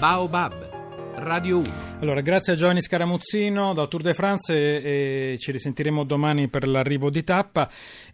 Baobab, Radio 1. Allora, grazie a Giovanni Scaramuzzino da Tour de France e ci risentiremo domani per l'arrivo di tappa.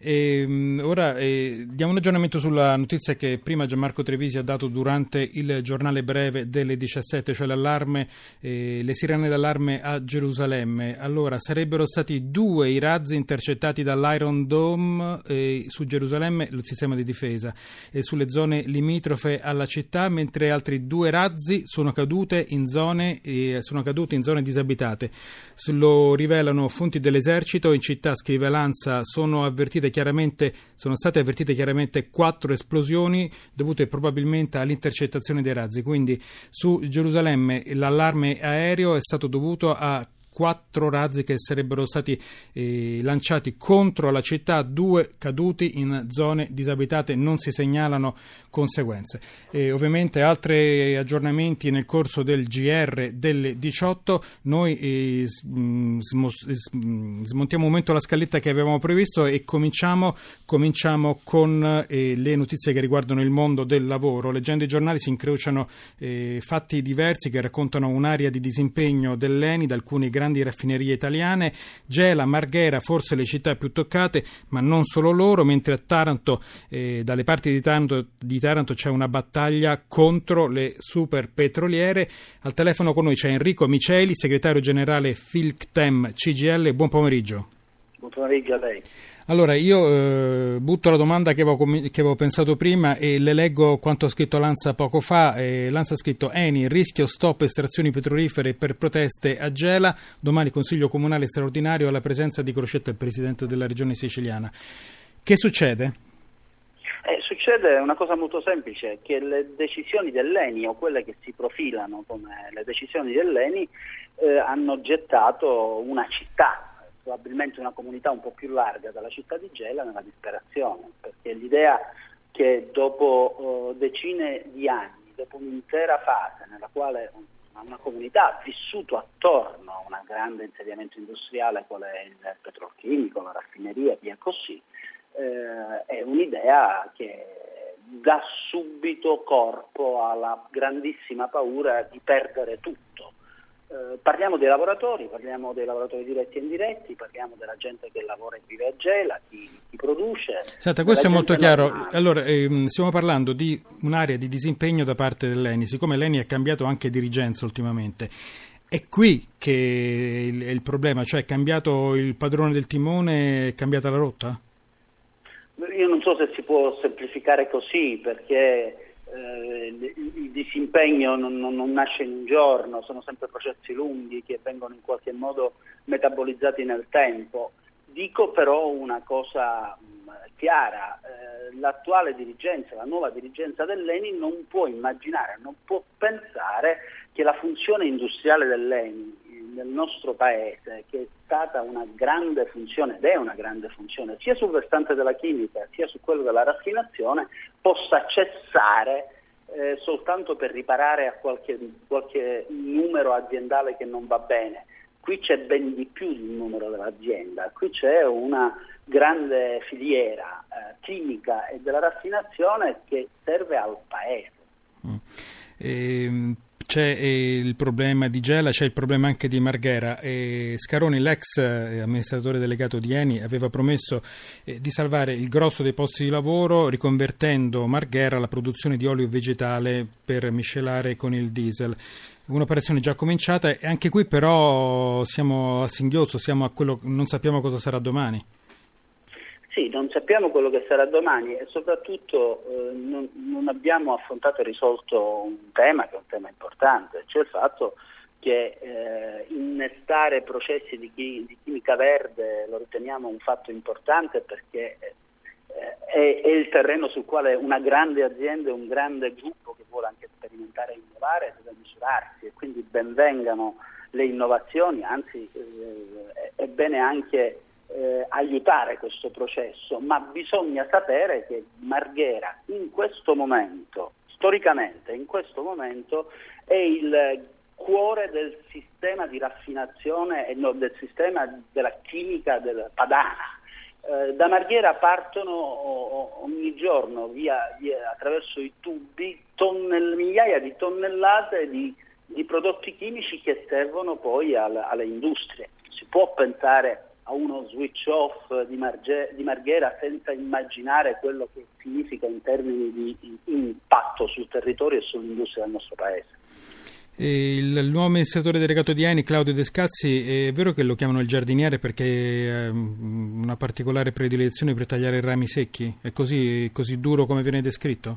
Ora diamo un aggiornamento sulla notizia che prima Gianmarco Trevisi ha dato durante il giornale breve delle 17, cioè l'allarme, le sirene d'allarme a Gerusalemme. Allora, sarebbero stati 2 i razzi intercettati dall'Iron Dome su Gerusalemme, il sistema di difesa, e sulle zone limitrofe alla città, mentre altri 2 razzi sono caduti in zone disabitate. Lo rivelano fonti dell'esercito. In città, scrive l'ANSA, sono state avvertite chiaramente 4 esplosioni dovute probabilmente all'intercettazione dei razzi. Quindi su Gerusalemme l'allarme aereo è stato dovuto a 4 razzi che sarebbero stati lanciati contro la città, 2 caduti in zone disabitate, non si segnalano conseguenze. Ovviamente altri aggiornamenti nel corso del GR delle 18. Noi smontiamo un momento la scaletta che avevamo previsto e cominciamo con le notizie che riguardano il mondo del lavoro. Leggendo i giornali si incrociano fatti diversi che raccontano un'area di disimpegno dell'ENI da alcune grandi raffinerie italiane. Gela, Marghera, forse le città più toccate, ma non solo loro, mentre a Taranto, dalle parti di Taranto c'è una battaglia contro le super petroliere. Al telefono con noi c'è Enrico Miceli, segretario generale Filctem CGIL. Buon pomeriggio. Buon pomeriggio a lei. Allora, io butto la domanda che avevo pensato prima e le leggo quanto ha scritto l'ANSA poco fa. L'ANSA ha scritto: Eni, rischio stop estrazioni petrolifere per proteste a Gela. Domani Consiglio Comunale straordinario alla presenza di Crocetta, il Presidente della Regione siciliana. Che succede? Succede una cosa molto semplice, che le decisioni dell'Eni, o quelle che si profilano come le decisioni dell'Eni, hanno gettato una città, probabilmente una comunità un po' più larga dalla città di Gela, nella disperazione, perché l'idea che dopo decine di anni, dopo un'intera fase nella quale una comunità ha vissuto attorno a un grande insediamento industriale qual è il petrolchimico, la raffineria, via così, è un'idea che dà subito corpo alla grandissima paura di perdere tutto. Parliamo dei lavoratori diretti e indiretti, parliamo della gente che lavora e vive a Gela, chi produce. Senta, questo è molto chiaro. Allora, stiamo parlando di un'area di disimpegno da parte dell'Eni, siccome l'Eni ha cambiato anche dirigenza ultimamente. È qui che è il problema, cioè è cambiato il padrone del timone, è cambiata la rotta? Io non so se si può semplificare così, perché il disimpegno non nasce in un giorno, sono sempre processi lunghi che vengono in qualche modo metabolizzati nel tempo. Dico però una cosa chiara, l'attuale dirigenza, la nuova dirigenza dell'Eni non può immaginare, non può pensare che la funzione industriale dell'Eni nel nostro paese, che è stata una grande funzione ed è una grande funzione sia sul versante della chimica sia su quello della raffinazione, possa cessare soltanto per riparare a qualche numero aziendale che non va bene. Qui c'è ben di più del numero dell'azienda, qui c'è una grande filiera chimica e della raffinazione che serve al paese. C'è il problema di Gela, c'è il problema anche di Marghera. Scaroni, l'ex amministratore delegato di Eni, aveva promesso di salvare il grosso dei posti di lavoro riconvertendo Marghera alla produzione di olio vegetale per miscelare con il diesel. Un'operazione già cominciata e anche qui però siamo a singhiozzo, non sappiamo cosa sarà domani. Sì, non sappiamo quello che sarà domani e soprattutto non abbiamo affrontato e risolto un tema che è un tema importante, cioè il fatto che innestare processi di chimica verde lo riteniamo un fatto importante, perché è il terreno sul quale una grande azienda e un grande gruppo che vuole anche sperimentare e innovare deve misurarsi, e quindi ben vengano le innovazioni, anzi è bene anche aiutare questo processo, ma bisogna sapere che Marghera in questo momento, storicamente in questo momento, è il cuore del sistema di raffinazione e del sistema della chimica padana. Da Marghera partono ogni giorno via attraverso i tubi migliaia di tonnellate di prodotti chimici che servono poi alle industrie. Si può pensare a uno switch off di Marghera senza immaginare quello che significa in termini di impatto sul territorio e sull'industria del nostro paese. Il nuovo amministratore delegato di ENI, Claudio Descalzi, è vero che lo chiamano il giardiniere perché ha una particolare predilezione per tagliare i rami secchi? È così duro come viene descritto?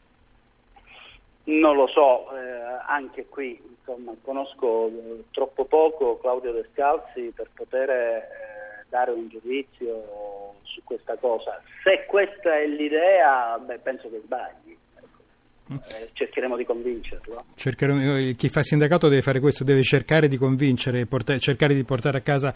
Non lo so, anche qui insomma conosco troppo poco Claudio Descalzi per poter dare un giudizio su questa cosa. Se questa è l'idea, penso che sbagli. Cercheremo di convincerlo. Chi fa sindacato deve fare questo, deve cercare di convincere, cercare di portare a casa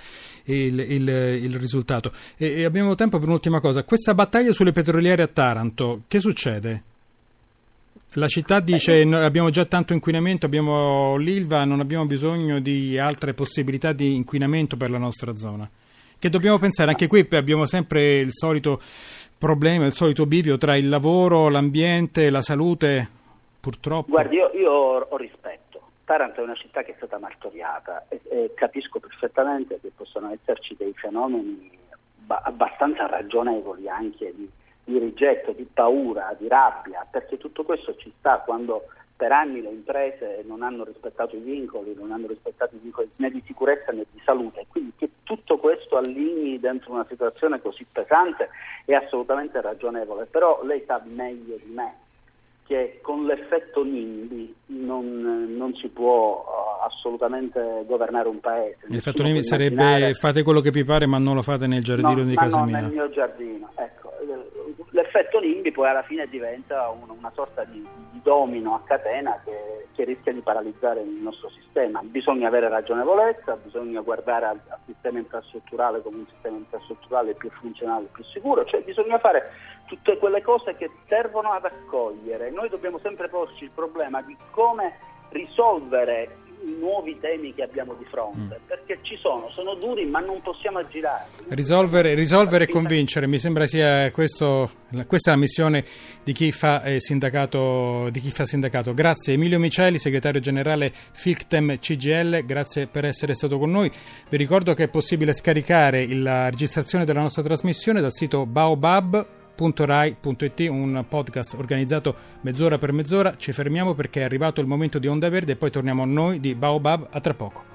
il risultato. E abbiamo tempo per un'ultima cosa. Questa battaglia sulle petroliere a Taranto, che succede? La città dice abbiamo già tanto inquinamento, abbiamo l'Ilva, non abbiamo bisogno di altre possibilità di inquinamento per la nostra zona. Che dobbiamo pensare? Anche qui abbiamo sempre il solito problema, il solito bivio tra il lavoro, l'ambiente, la salute, purtroppo. Guardi, io ho rispetto. Taranto è una città che è stata martoriata e capisco perfettamente che possano esserci dei fenomeni abbastanza ragionevoli anche di rigetto, di paura, di rabbia, perché tutto questo ci sta quando per anni le imprese non hanno rispettato i vincoli, né di sicurezza né di salute, quindi che tutto questo allinei dentro una situazione così pesante è assolutamente ragionevole, però lei sa meglio di me che con l'effetto NIMBY non si può assolutamente governare un paese. L'effetto NIMBY sarebbe fate quello che vi pare ma non lo fate nel giardino di casa mia. No, nel mio giardino, ecco. L'effetto NIMBY poi alla fine diventa una sorta di domino a catena che rischia di paralizzare il nostro sistema. Bisogna avere ragionevolezza, bisogna guardare al sistema infrastrutturale come un sistema infrastrutturale più funzionale, più sicuro, cioè bisogna fare tutte quelle cose che servono ad accogliere. Noi dobbiamo sempre porci il problema di come risolvere i nuovi temi che abbiamo di fronte, perché sono duri ma non possiamo aggirarli. Risolvere e convincere, mi sembra sia questa è la missione di chi fa sindacato. Grazie Emilio Miceli, segretario generale Filctem CGIL, grazie per essere stato con noi. Vi ricordo che è possibile scaricare la registrazione della nostra trasmissione dal sito baobab.rai.it, un podcast organizzato mezz'ora per mezz'ora. Ci fermiamo perché è arrivato il momento di Onda Verde e poi torniamo noi di Baobab. A tra poco.